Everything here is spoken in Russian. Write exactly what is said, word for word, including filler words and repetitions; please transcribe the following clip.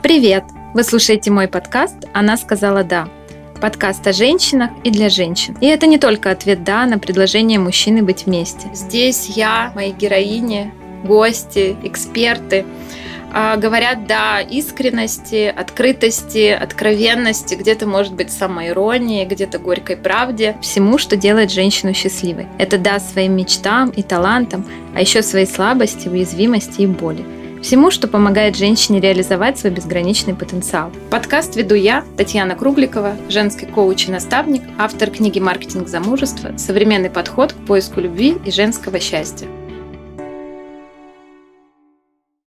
Привет! Вы слушаете мой подкаст «Она сказала да». Подкаст о женщинах и для женщин. И это не только ответ «да» на предложение мужчины быть вместе. Здесь я, мои героини, гости, эксперты говорят «да» искренности, открытости, откровенности, где-то, может быть, самоиронии, где-то горькой правде, всему, что делает женщину счастливой. Это «да» своим мечтам и талантам, а еще своей слабости, уязвимости и боли. Всему, что помогает женщине реализовать свой безграничный потенциал. Подкаст веду я, Татьяна Кругликова, женский коуч и наставник, автор книги «Маркетинг замужества. Современный подход к поиску любви и женского счастья».